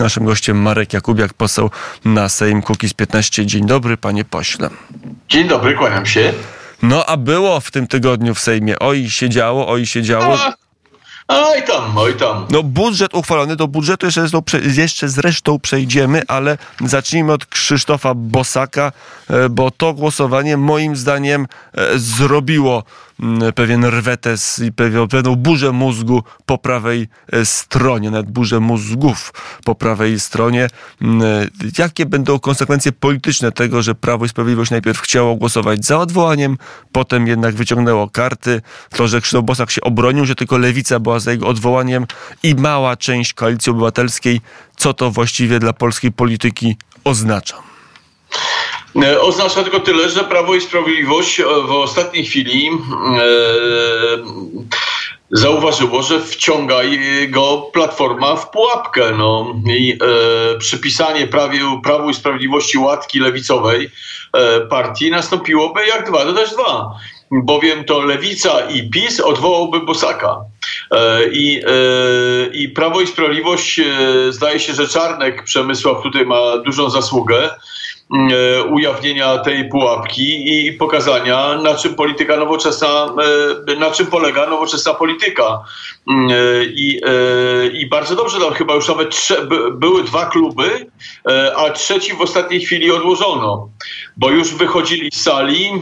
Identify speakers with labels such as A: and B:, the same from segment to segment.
A: Naszym gościem Marek Jakubiak, poseł na Sejm Kukiz15. Dzień dobry, panie pośle.
B: Dzień dobry, kłaniam się.
A: No a było w tym tygodniu w Sejmie. Oj się działo.
B: Oj tam.
A: No budżet uchwalony, do budżetu jeszcze zresztą przejdziemy, ale zacznijmy od Krzysztofa Bosaka, bo to głosowanie moim zdaniem zrobiło pewien rwetes i pewną burzę mózgu po prawej stronie, nawet burzę mózgów po prawej stronie. Jakie będą konsekwencje polityczne tego, że Prawo i Sprawiedliwość najpierw chciało głosować za odwołaniem, potem jednak wyciągnęło karty, to, że Krzysztof Bosak się obronił, że tylko Lewica była za jego odwołaniem i mała część Koalicji Obywatelskiej. Co to właściwie dla polskiej polityki oznacza?
B: Oznacza tylko tyle, że Prawo i Sprawiedliwość w ostatniej chwili zauważyło, że wciąga go Platforma w pułapkę. No. I przypisanie Prawu i Sprawiedliwości łatki lewicowej partii nastąpiłoby jak 2 dodać 2. Bowiem to Lewica i PiS odwołałby Bosaka. I Prawo i Sprawiedliwość, zdaje się, że Czarnek Przemysław tutaj ma dużą zasługę ujawnienia tej pułapki i pokazania, na czym polega nowoczesna polityka. I bardzo dobrze, tam chyba już nawet były 2 kluby, a trzeci w ostatniej chwili odłożono, bo już wychodzili z sali.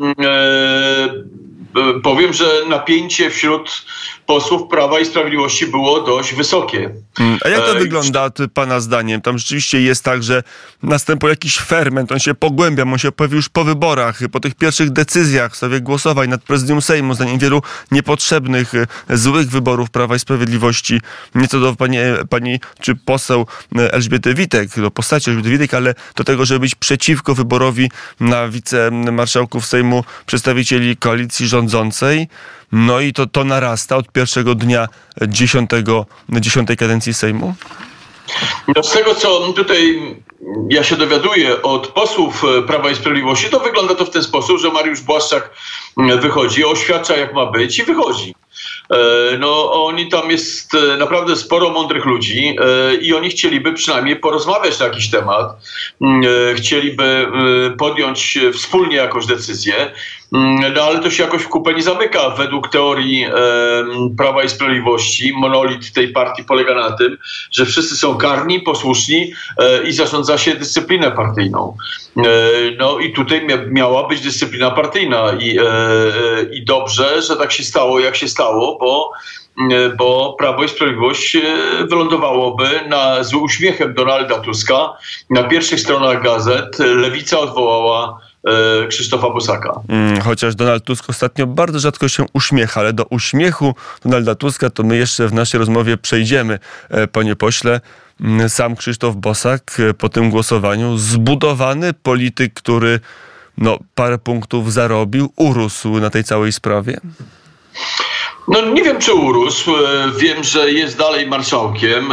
B: Powiem, że napięcie wśród posłów Prawa i Sprawiedliwości było dość wysokie.
A: A jak to wygląda pana zdaniem? Tam rzeczywiście jest tak, że następuje jakiś ferment, on się pogłębia, on się pojawił już po wyborach, po tych pierwszych decyzjach w sprawie głosowań nad prezydium Sejmu, zdaniem wielu niepotrzebnych, złych wyborów Prawa i Sprawiedliwości. Nieco do pani czy poseł Elżbiety Witek, do postaci Elżbiety Witek, ale do tego, żeby być przeciwko wyborowi na wicemarszałków Sejmu przedstawicieli koalicji rządzącej. No i to narasta od pierwszego dnia 10. kadencji Sejmu?
B: No z tego, co tutaj ja się dowiaduję od posłów Prawa i Sprawiedliwości, to wygląda to w ten sposób, że Mariusz Błaszczak wychodzi, oświadcza jak ma być i wychodzi. No oni tam jest naprawdę sporo mądrych ludzi i oni chcieliby przynajmniej porozmawiać na jakiś temat. Chcieliby podjąć wspólnie jakąś decyzję. No ale to się jakoś w kupę nie zamyka. Według teorii Prawa i Sprawiedliwości monolit tej partii polega na tym, że wszyscy są karni, posłuszni i zarządza się dyscyplinę partyjną. No i tutaj miała być dyscyplina partyjna i dobrze, że tak się stało, jak się stało, bo Prawo i Sprawiedliwość wylądowałoby z uśmiechem Donalda Tuska. Na pierwszych stronach gazet Lewica odwołała Krzysztofa Bosaka.
A: Chociaż Donald Tusk ostatnio bardzo rzadko się uśmiecha, ale do uśmiechu Donalda Tuska to my jeszcze w naszej rozmowie przejdziemy, panie pośle. Sam Krzysztof Bosak po tym głosowaniu, zbudowany polityk, który parę punktów zarobił, urósł na tej całej sprawie?
B: No nie wiem, czy urósł. Wiem, że jest dalej marszałkiem.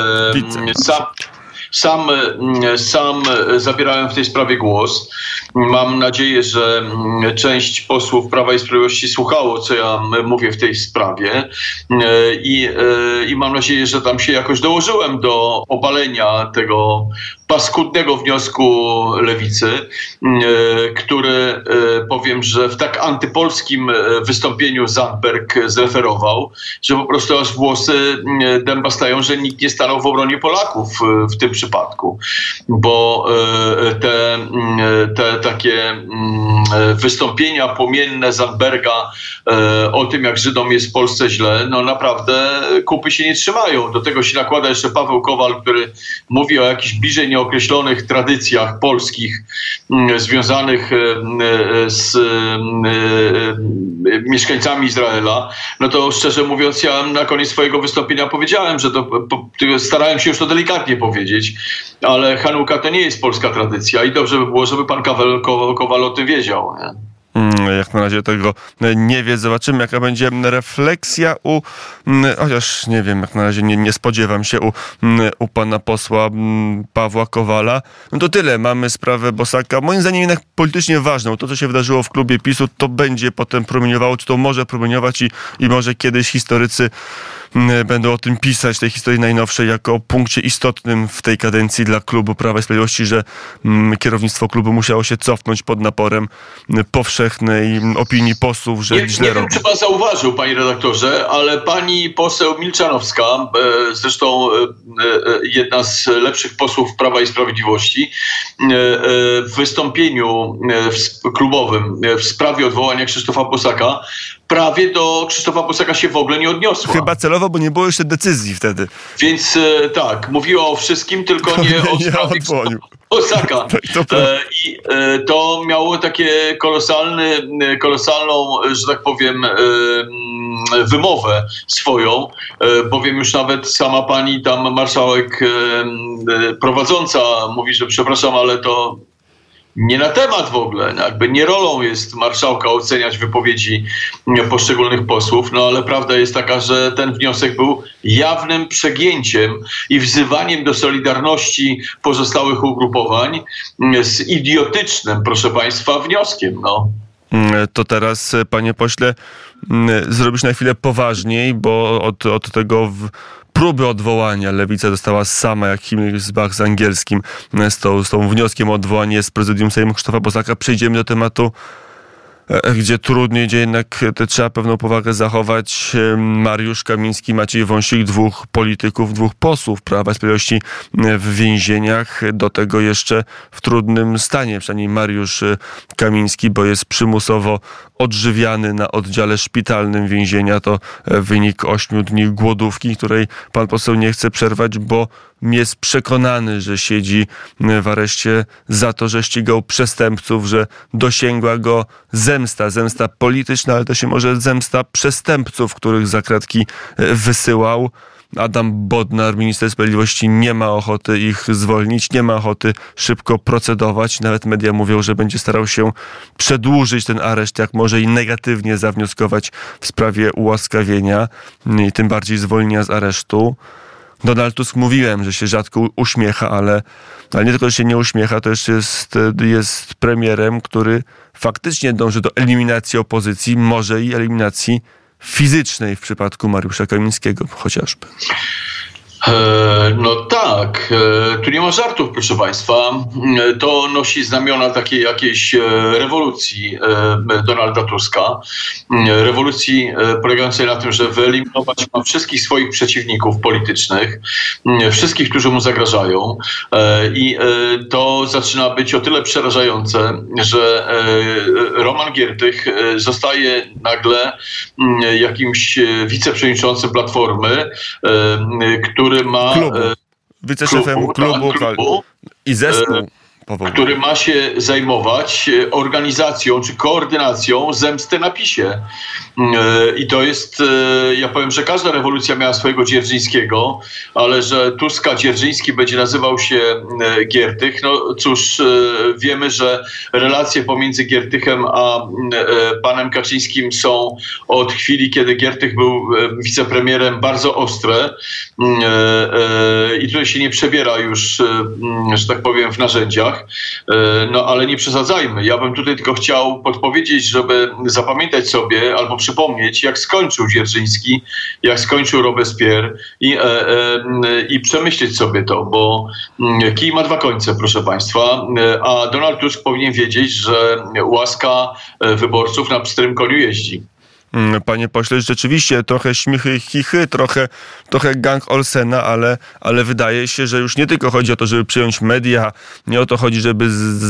B: Sam zabierałem w tej sprawie głos. Mam nadzieję, że część posłów Prawa i Sprawiedliwości słuchało, co ja mówię w tej sprawie i mam nadzieję, że tam się jakoś dołożyłem do obalenia tego paskudnego wniosku Lewicy, który powiem, że w tak antypolskim wystąpieniu Zandberg zreferował, że po prostu aż włosy dęba stają, że nikt nie stanął w obronie Polaków w tym przypadku, bo te takie wystąpienia płomienne Zandberga o tym, jak Żydom jest w Polsce źle, no naprawdę kupy się nie trzymają. Do tego się nakłada jeszcze Paweł Kowal, który mówi o jakichś bliżej nieokreślonych tradycjach polskich związanych z mieszkańcami Izraela. No to szczerze mówiąc, ja na koniec swojego wystąpienia powiedziałem, że starałem się już to delikatnie powiedzieć, ale Hanuka to nie jest polska tradycja i dobrze by było, żeby pan Kowal o tym wiedział. Nie?
A: Jak na razie tego nie wie. Zobaczymy, jaka będzie refleksja chociaż nie wiem, jak na razie nie spodziewam się u pana posła Pawła Kowala. No to tyle. Mamy sprawę Bosaka. Moim zdaniem jednak politycznie ważną. To, co się wydarzyło w klubie PiS-u, to będzie potem promieniowało, czy to może promieniować i może kiedyś historycy będą o tym pisać, tej historii najnowszej, jako o punkcie istotnym w tej kadencji dla klubu Prawa i Sprawiedliwości, że kierownictwo klubu musiało się cofnąć pod naporem powszechnej opinii posłów, że źle
B: nie wiem,
A: robi.
B: czy pan zauważył, panie redaktorze, ale pani poseł Milczanowska, zresztą jedna z lepszych posłów Prawa i Sprawiedliwości, w wystąpieniu klubowym w sprawie odwołania Krzysztofa Bosaka prawie do Krzysztofa Bosaka się w ogóle nie odniosła.
A: Chyba celowo, bo nie było jeszcze decyzji wtedy.
B: Więc tak, mówiła o wszystkim, tylko nie o sprawie Bosaka. I to miało takie kolosalną, że tak powiem, wymowę swoją, bowiem już nawet sama pani tam marszałek prowadząca mówi, że przepraszam, ale to nie na temat w ogóle. Jakby nie rolą jest marszałka oceniać wypowiedzi poszczególnych posłów, no ale prawda jest taka, że ten wniosek był jawnym przegięciem i wzywaniem do solidarności pozostałych ugrupowań z idiotycznym, proszę państwa, wnioskiem. No.
A: To teraz, panie pośle, zrobisz na chwilę poważniej, bo od tego próby odwołania Lewica została sama, jak Himmelsbach z angielskim, z tą wnioskiem o odwołanie z prezydium Sejmu Krzysztofa Bosaka. Przejdziemy do tematu, gdzie trudniej, gdzie jednak trzeba pewną powagę zachować. Mariusz Kamiński, Maciej Wąsik, dwóch polityków, dwóch posłów Prawa i Sprawiedliwości w więzieniach. Do tego jeszcze w trudnym stanie, przynajmniej Mariusz Kamiński, bo jest przymusowo odżywiany na oddziale szpitalnym więzienia. To wynik 8 dni głodówki, której pan poseł nie chce przerwać, bo jest przekonany, że siedzi w areszcie za to, że ścigał przestępców, że dosięgła go zemsta polityczna, ale też może zemsta przestępców, których za kratki wysyłał. Adam Bodnar, minister sprawiedliwości, nie ma ochoty ich zwolnić, nie ma ochoty szybko procedować. Nawet media mówią, że będzie starał się przedłużyć ten areszt, jak może i negatywnie zawnioskować w sprawie ułaskawienia i tym bardziej zwolnienia z aresztu. Donald Tusk, mówiłem, że się rzadko uśmiecha, ale nie tylko, że się nie uśmiecha, to jeszcze jest premierem, który faktycznie dąży do eliminacji opozycji, może i eliminacji fizycznej w przypadku Mariusza Kamińskiego chociażby.
B: No tak, tu nie ma żartów, proszę państwa. To nosi znamiona takiej jakiejś rewolucji Donalda Tuska. Rewolucji polegającej na tym, że wyeliminować ma wszystkich swoich przeciwników politycznych, wszystkich, którzy mu zagrażają. I to zaczyna być o tyle przerażające, że Roman Giertych zostaje nagle jakimś wiceprzewodniczącym Platformy, który ma...
A: Wiceszefem klubu i zespół.
B: Który ma się zajmować organizacją czy koordynacją zemsty na PiS-ie. I to jest, ja powiem, że każda rewolucja miała swojego Dzierżyńskiego, ale że Tuska Dzierżyński będzie nazywał się Giertych, no cóż, wiemy, że relacje pomiędzy Giertychem a panem Kaczyńskim są od chwili, kiedy Giertych był wicepremierem, bardzo ostre i tutaj się nie przebiera już, że tak powiem, w narzędziach. No ale nie przesadzajmy. Ja bym tutaj tylko chciał podpowiedzieć, żeby zapamiętać sobie albo przypomnieć, jak skończył Dzierżyński, jak skończył Robespierre i przemyśleć sobie to, bo kij ma dwa końce, proszę państwa, a Donald Tusk powinien wiedzieć, że łaska wyborców na pstrym koniu jeździ.
A: Panie pośle, rzeczywiście trochę śmichy, chichy, trochę gang Olsena, ale wydaje się, że już nie tylko chodzi o to, żeby przyjąć media, nie o to chodzi, żeby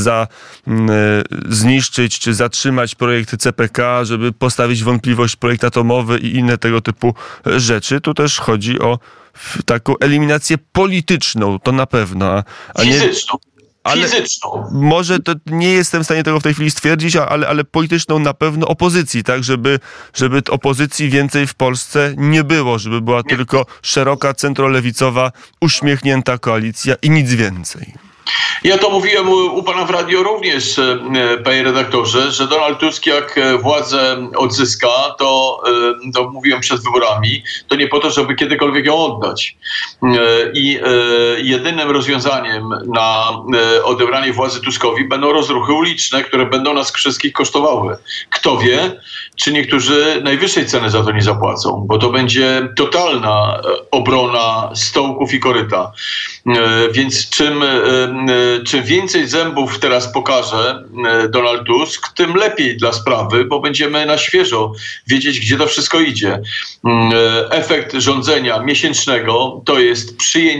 A: zniszczyć czy zatrzymać projekt CPK, żeby postawić w wątpliwość projekt atomowy i inne tego typu rzeczy. Tu też chodzi o taką eliminację polityczną, to na pewno.
B: Fizyczną.
A: Fizyczną. Może to nie jestem w stanie tego w tej chwili stwierdzić, ale polityczną na pewno opozycji, tak? Żeby opozycji więcej w Polsce nie było, żeby była tylko szeroka, centrolewicowa, uśmiechnięta koalicja i nic więcej.
B: Ja to mówiłem u pana w radio również, panie redaktorze, że Donald Tusk jak władzę odzyska, to mówiłem przed wyborami, to nie po to, żeby kiedykolwiek ją oddać. I jedynym rozwiązaniem na odebranie władzy Tuskowi będą rozruchy uliczne, które będą nas wszystkich kosztowały. Kto wie, czy niektórzy najwyższej ceny za to nie zapłacą, bo to będzie totalna obrona stołków i koryta. Więc czym więcej zębów teraz pokaże Donald Tusk, tym lepiej dla sprawy, bo będziemy na świeżo wiedzieć, gdzie to wszystko idzie. Efekt rządzenia miesięcznego to jest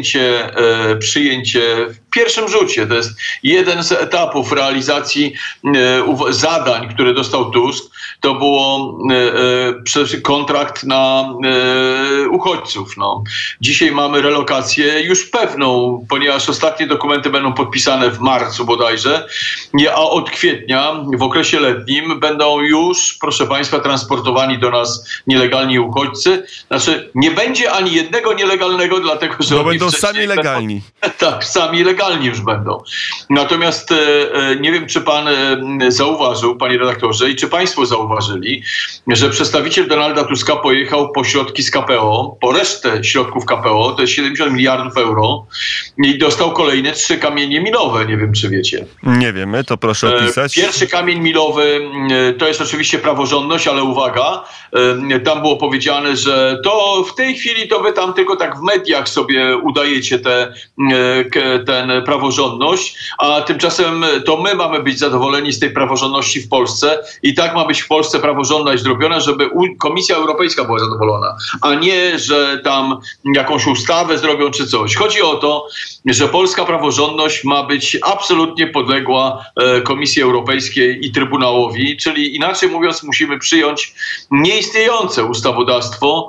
B: przyjęcie w pierwszym rzucie. To jest jeden z etapów realizacji zadań, które dostał Tusk. To było kontrakt na uchodźców. Dzisiaj mamy relokację już pewną, ponieważ ostatnie dokumenty będą podpisane w marcu bodajże, a od kwietnia w okresie letnim będą już, proszę państwa, transportowani do nas nielegalni uchodźcy. Znaczy nie będzie ani jednego nielegalnego, dlatego że
A: oni będą sami legalni.
B: Tak, sami legalni już będą. Natomiast nie wiem, czy pan zauważył, panie redaktorze, i czy państwo zauważyli, że przedstawiciel Donalda Tuska pojechał po środki z KPO, po resztę środków KPO, to jest 70 miliardów euro, i dostał kolejne 3 kamienie milowe. Nie wiem, czy wiecie.
A: Nie wiemy, to proszę opisać.
B: Pierwszy kamień milowy to jest oczywiście praworządność, ale uwaga, tam było powiedziane, że to w tej chwili to wy tam tylko tak w mediach sobie udajecie tę praworządność, a tymczasem to my mamy być zadowoleni z tej praworządności w Polsce i tak ma być w Polsce praworządność zrobiona, żeby Komisja Europejska była zadowolona, a nie, że tam jakąś ustawę zrobią czy coś. Chodzi o to, że polska praworządność ma być absolutnie podległa Komisji Europejskiej i Trybunałowi, czyli inaczej mówiąc musimy przyjąć nieistniejące ustawodawstwo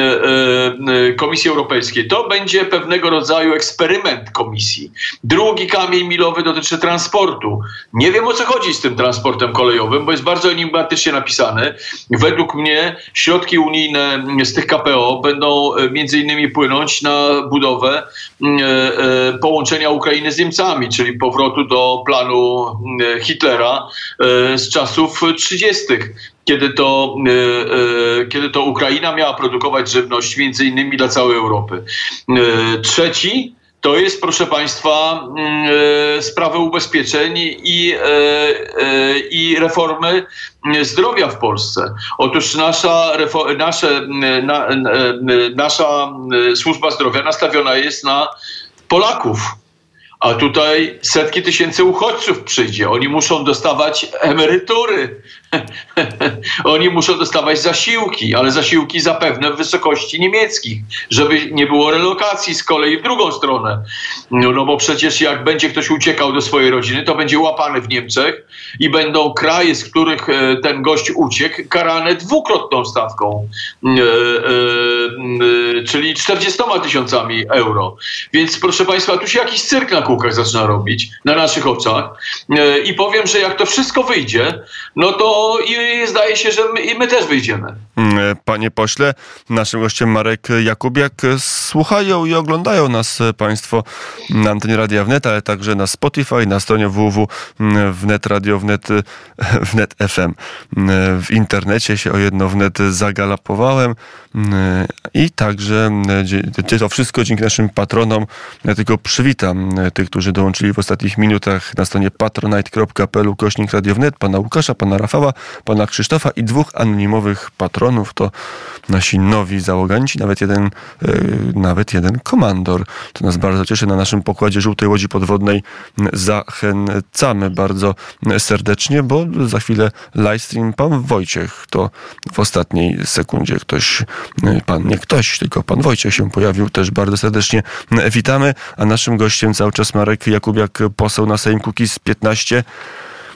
B: Komisji Europejskiej. To będzie pewnego rodzaju eksperyment Komisji. Drugi kamień milowy dotyczy transportu. Nie wiem, o co chodzi z tym transportem kolejowym, bo jest bardzo enigmatycznie napisane. Według mnie środki unijne z tych KPO będą między innymi płynąć na budowę połączenia Ukrainy z Niemcami, czyli powrotu do planu Hitlera z czasów 30., kiedy to Ukraina miała produkować żywność między innymi dla całej Europy. Trzeci to jest, proszę państwa, sprawy ubezpieczeń i reformy zdrowia w Polsce. Otóż nasza służba zdrowia nastawiona jest na Polaków. A tutaj setki tysięcy uchodźców przyjdzie. Oni muszą dostawać emerytury. Oni muszą dostawać zasiłki, ale zasiłki zapewne w wysokości niemieckich, żeby nie było relokacji z kolei w drugą stronę. No bo przecież jak będzie ktoś uciekał do swojej rodziny, to będzie łapany w Niemczech i będą kraje, z których ten gość uciekł, karane dwukrotną stawką, czyli 40 000 euro. Więc proszę państwa, tu się jakiś cyrk na kółkach zaczyna robić na naszych oczach i powiem, że jak to wszystko wyjdzie, no to i zdaje się, że my też wyjdziemy.
A: Panie pośle, naszym gościem Marek Jakubiak. Słuchają i oglądają nas państwo na antenie Radia Wnet, ale także na Spotify, na stronie www.wnet radio, wnet FM. W internecie się o jedno wnet zagalopowałem i także to wszystko dzięki naszym patronom. Ja tylko przywitam tych, którzy dołączyli w ostatnich minutach na stronie patronite.pl/Radio Wnet, pana Łukasza, pana Rafała, pana Krzysztofa i 2 anonimowych patronów. To nasi nowi załoganci, nawet jeden komandor. To nas bardzo cieszy. Na naszym pokładzie żółtej łodzi podwodnej zachęcamy bardzo serdecznie, bo za chwilę livestream. Pan Wojciech, to w ostatniej sekundzie tylko pan Wojciech się pojawił. Też bardzo serdecznie witamy. A naszym gościem cały czas Marek Jakubiak, poseł na Sejm Kukiz 15.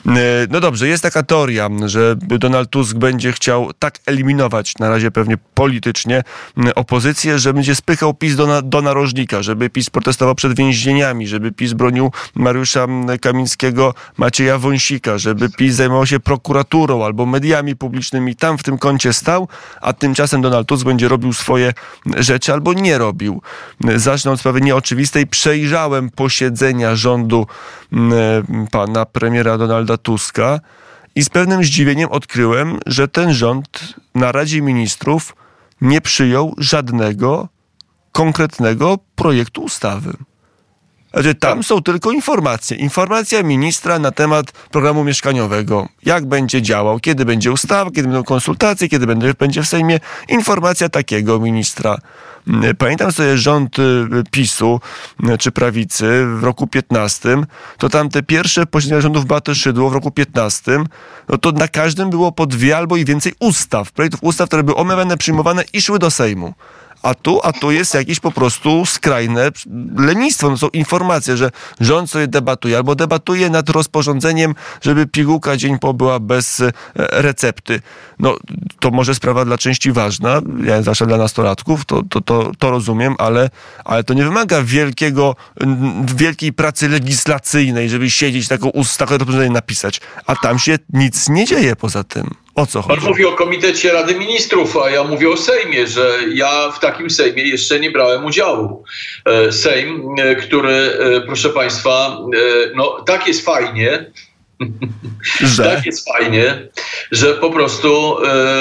A: No dobrze, jest taka teoria, że Donald Tusk będzie chciał tak eliminować, na razie pewnie politycznie, opozycję, że będzie spychał PiS do narożnika, żeby PiS protestował przed więzieniami, żeby PiS bronił Mariusza Kamińskiego, Macieja Wąsika, żeby PiS zajmował się prokuraturą albo mediami publicznymi, tam w tym kącie stał, a tymczasem Donald Tusk będzie robił swoje rzeczy albo nie robił. Zacznę od sprawy nieoczywistej. Przejrzałem posiedzenia rządu pana premiera Donalda Tuska i z pewnym zdziwieniem odkryłem, że ten rząd na Radzie Ministrów nie przyjął żadnego konkretnego projektu ustawy. Znaczy, tam są tylko informacje. Informacja ministra na temat programu mieszkaniowego. Jak będzie działał, kiedy będzie ustawa, kiedy będą konsultacje, kiedy będzie w Sejmie. Informacja takiego ministra. Pamiętam sobie rząd PiS-u czy prawicy w roku 15, to tam te pierwsze posiedzenia rządów Beaty Szydło w roku 15, no to na każdym było po 2 albo i więcej projektów ustaw, które były omawiane, przyjmowane i szły do Sejmu. A tu jest jakieś po prostu skrajne lenistwo. No są informacje, że rząd sobie debatuje albo debatuje nad rozporządzeniem, żeby pigułka dzień po była bez recepty. No to może sprawa dla części ważna, zwłaszcza dla nastolatków, to rozumiem, ale to nie wymaga wielkiej pracy legislacyjnej, żeby siedzieć takie rozporządzenie napisać. A tam się nic nie dzieje poza tym. O co chodzi?
B: Pan mówi o Komitecie Rady Ministrów, a ja mówię o Sejmie, że ja w takim Sejmie jeszcze nie brałem udziału. Sejm, który, proszę państwa, no tak jest fajnie, tak jest fajnie, że po prostu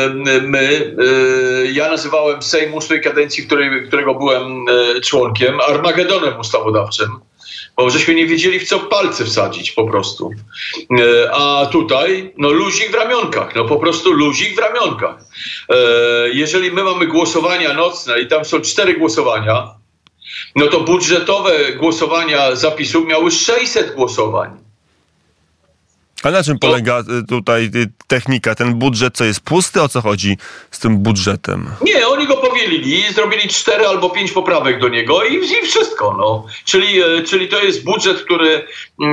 B: ja nazywałem Sejm 8 kadencji, którego byłem członkiem, Armagedonem ustawodawczym. Bo żeśmy nie wiedzieli, w co palce wsadzić po prostu. A tutaj, no luzik w ramionkach, no po prostu luzik w ramionkach. Jeżeli my mamy głosowania nocne i tam są 4 głosowania, no to budżetowe głosowania zapisów miały 600 głosowań.
A: A na czym polega tutaj technika? Ten budżet, co jest pusty? O co chodzi z tym budżetem?
B: Nie, oni go powielili, zrobili 4 albo 5 poprawek do niego i wszystko. No. Czyli to jest budżet, który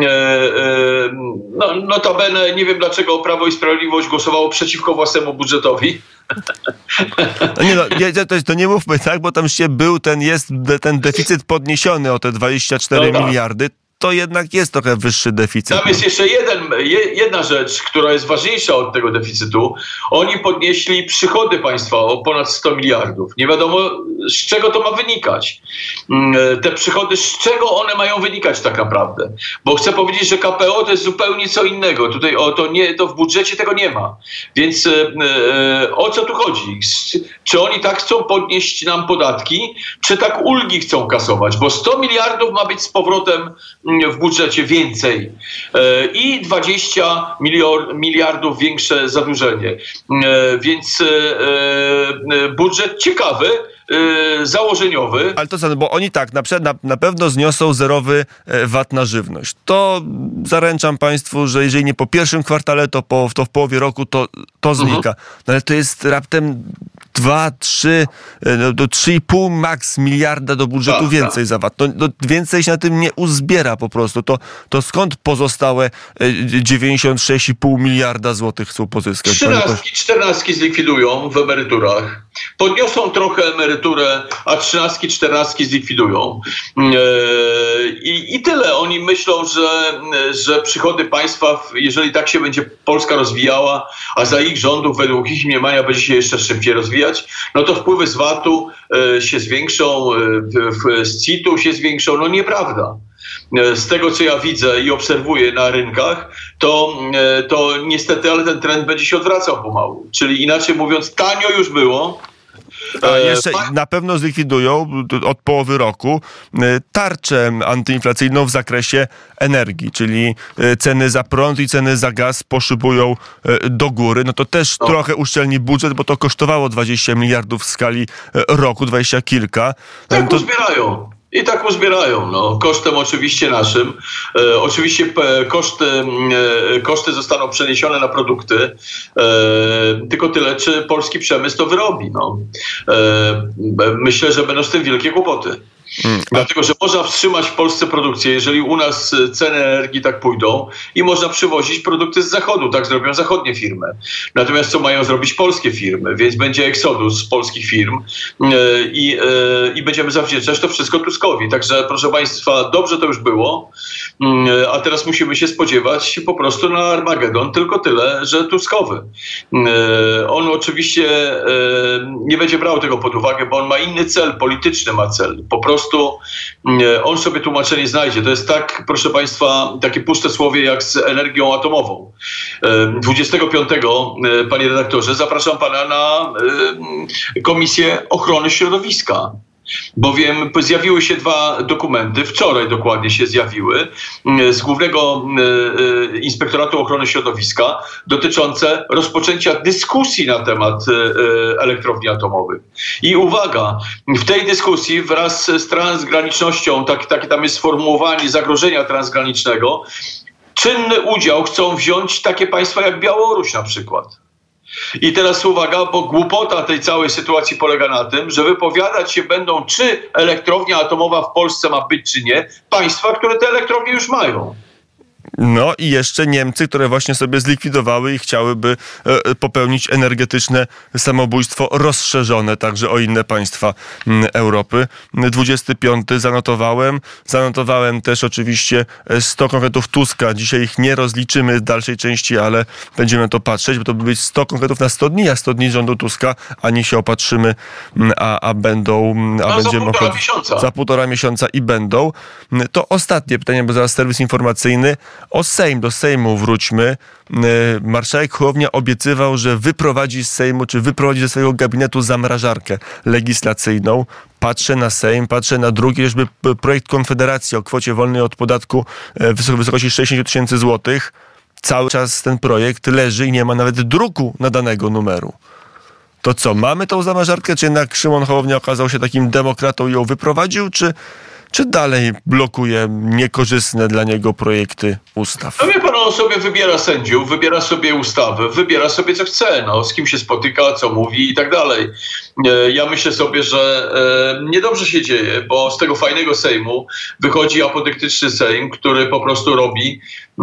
B: notabene, nie wiem dlaczego Prawo i Sprawiedliwość głosowało przeciwko własnemu budżetowi.
A: No nie, to nie mówmy tak, bo tam jest ten deficyt podniesiony o te 24 miliardy. To jednak jest trochę wyższy deficyt.
B: Tam jest jeszcze jedna rzecz, która jest ważniejsza od tego deficytu. Oni podnieśli przychody państwa o ponad 100 miliardów. Nie wiadomo, z czego to ma wynikać. Te przychody, z czego one mają wynikać tak naprawdę? Bo chcę powiedzieć, że KPO to jest zupełnie co innego. Tutaj to w budżecie tego nie ma. Więc o co tu chodzi? Czy oni tak chcą podnieść nam podatki, czy tak ulgi chcą kasować? Bo 100 miliardów ma być z powrotem w budżecie więcej i 20 miliardów większe zadłużenie. Więc budżet ciekawy, założeniowy.
A: Ale to co, bo oni tak, na pewno zniosą zerowy VAT na żywność. To zaręczam państwu, że jeżeli nie po pierwszym kwartale, to w połowie roku to znika. No ale to jest raptem 3,5 max miliarda do budżetu więcej za VAT. Więcej się na tym nie uzbiera po prostu. To skąd pozostałe 96,5 miliarda złotych chcą pozyskać?
B: 14 zlikwidują w emeryturach. Podniosą trochę emeryturę, a 13, 14 zlikwidują. I tyle. Oni myślą, że przychody państwa, jeżeli tak się będzie Polska rozwijała, a za ich rządów, według ich mniemania, będzie się jeszcze szybciej rozwijać, no to wpływy z VAT-u się zwiększą, z CIT-u się zwiększą. No nieprawda. Z tego, co ja widzę i obserwuję na rynkach, to niestety, ale ten trend będzie się odwracał pomału. Czyli inaczej mówiąc, tanio już było.
A: A jeszcze na pewno zlikwidują od połowy roku tarczę antyinflacyjną w zakresie energii, czyli ceny za prąd i ceny za gaz poszybują do góry. No to też trochę uszczelni budżet, bo to kosztowało 20 miliardów w skali roku, 20 kilka.
B: Tak uzbierają. I tak uzbierają, no, kosztem oczywiście naszym. Oczywiście koszty zostaną przeniesione na produkty, tylko tyle, czy polski przemysł to wyrobi. No. Myślę, że będą z tym wielkie kłopoty. Dlatego, że można wstrzymać w Polsce produkcję, jeżeli u nas ceny energii tak pójdą i można przywozić produkty z zachodu, tak zrobią zachodnie firmy. Natomiast co mają zrobić polskie firmy? Więc będzie eksodus z polskich firm i będziemy zawdzięczać to wszystko Tuskowi. Także proszę państwa, dobrze to już było, a teraz musimy się spodziewać po prostu na Armagedon, tylko tyle, że Tuskowy. On oczywiście nie będzie brał tego pod uwagę, bo on ma inny cel, polityczny ma cel. Po prostu on sobie tłumaczenie znajdzie. To jest tak, proszę państwa, takie puste słowie jak z energią atomową. 25, panie redaktorze, zapraszam pana na Komisję Ochrony Środowiska. Bowiem zjawiły się 2 dokumenty, wczoraj dokładnie się zjawiły, z Głównego Inspektoratu Ochrony Środowiska dotyczące rozpoczęcia dyskusji na temat elektrowni atomowych. I uwaga, w tej dyskusji wraz z transgranicznością, takie tam jest sformułowanie zagrożenia transgranicznego, czynny udział chcą wziąć takie państwa jak Białoruś na przykład. I teraz uwaga, bo głupota tej całej sytuacji polega na tym, że wypowiadać się będą, czy elektrownia atomowa w Polsce ma być, czy nie, państwa, które te elektrownie już mają.
A: No i jeszcze Niemcy, które właśnie sobie zlikwidowały i chciałyby popełnić energetyczne samobójstwo rozszerzone także o inne państwa Europy. 25 zanotowałem też oczywiście 100 konkretów Tuska. Dzisiaj ich nie rozliczymy w dalszej części, ale będziemy na to patrzeć, bo to by być 100 konkretów na 100 dni, a 100 dni rządu Tuska, ani się opatrzymy, będziemy za 1,5 miesiąca i będą. To ostatnie pytanie, bo zaraz serwis informacyjny. Do Sejmu wróćmy. Marszałek Hołownia obiecywał, że wyprowadzi z Sejmu, czy wyprowadzi ze swojego gabinetu zamrażarkę legislacyjną. Patrzę na Sejm, patrzę na drugi, żeby projekt Konfederacji o kwocie wolnej od podatku w wysokości 60 000 złotych. Cały czas ten projekt leży i nie ma nawet druku nadanego numeru. To co, mamy tą zamrażarkę, czy jednak Szymon Hołownia okazał się takim demokratą i ją wyprowadził, czy dalej blokuje niekorzystne dla niego projekty ustaw?
B: No wie pan, on sobie wybiera sędziów, wybiera sobie ustawy, wybiera sobie co chce, z kim się spotyka, co mówi i tak dalej. Ja myślę sobie, że niedobrze się dzieje, bo z tego fajnego Sejmu wychodzi apodyktyczny Sejm, który po prostu robi,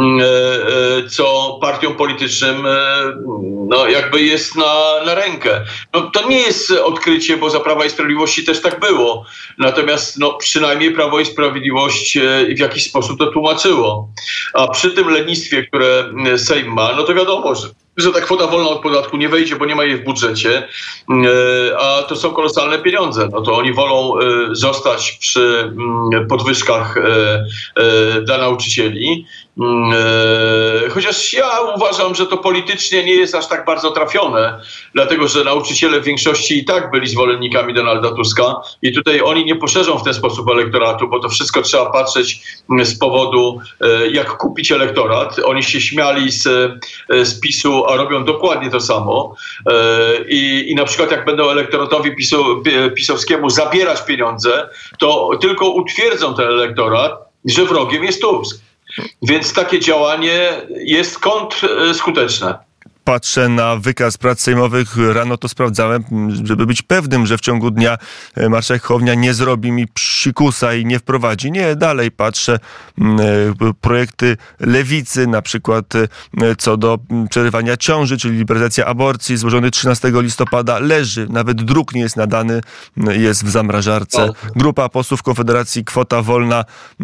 B: co partiom politycznym jakby jest na rękę. To nie jest odkrycie, bo za Prawa i Sprawiedliwości też tak było. Natomiast przynajmniej Prawo i Sprawiedliwość w jakiś sposób to tłumaczyło. A przy tym lenistwie, które Sejm ma, to wiadomo, że ta kwota wolna od podatku nie wejdzie, bo nie ma jej w budżecie, a to są kolosalne pieniądze. To oni wolą zostać przy podwyżkach dla nauczycieli. Chociaż ja uważam, że to politycznie nie jest aż tak bardzo trafione, dlatego że nauczyciele w większości i tak byli zwolennikami Donalda Tuska i tutaj oni nie poszerzą w ten sposób elektoratu, bo to wszystko trzeba patrzeć z powodu, jak kupić elektorat. Oni się śmiali z PiS-u, a robią dokładnie to samo. I na przykład jak będą elektoratowi pisowskiemu zabierać pieniądze, to tylko utwierdzą ten elektorat, że wrogiem jest Tusk. Więc takie działanie jest kontrskuteczne.
A: Patrzę na wykaz prac sejmowych, rano to sprawdzałem, żeby być pewnym, że w ciągu dnia marszałek Hołownia nie zrobi mi psikusa i nie wprowadzi. Nie, dalej patrzę. Projekty Lewicy, na przykład co do przerywania ciąży, czyli liberalizacja aborcji, złożony 13 listopada, leży. Nawet druk nie jest nadany, jest w zamrażarce. Grupa posłów Konfederacji, kwota wolna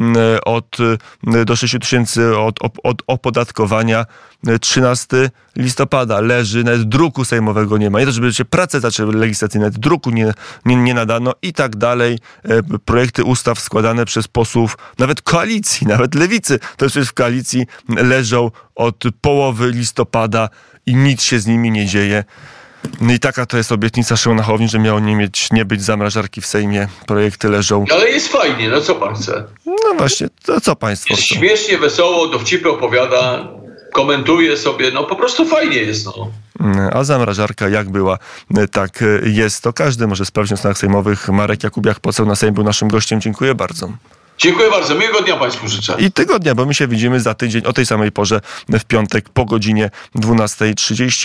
A: do 6 000 od opodatkowania. 13 listopada leży, nawet druku sejmowego nie ma. Nie to, żeby się prace zaczęły legislacyjne, nawet druku nie nadano i tak dalej. Projekty ustaw składane przez posłów, nawet koalicji, nawet lewicy, to przecież w koalicji leżą od połowy listopada i nic się z nimi nie dzieje. I taka to jest obietnica Szymona Hołowni, że miało nie być zamrażarki w Sejmie. Projekty leżą.
B: Ale jest fajnie, co pan chce?
A: No właśnie, to co państwo chcą?
B: Śmiesznie, wesoło, dowcipy opowiada, komentuje sobie, po prostu fajnie jest.
A: A zamrażarka jak była, tak jest. To każdy może sprawdzić na stronach sejmowych. Marek Jakubiak, poseł na Sejm, był naszym gościem. Dziękuję bardzo.
B: Dziękuję bardzo. Miłego dnia państwu życzę.
A: I tygodnia, bo my się widzimy za tydzień o tej samej porze w piątek po godzinie 12:30.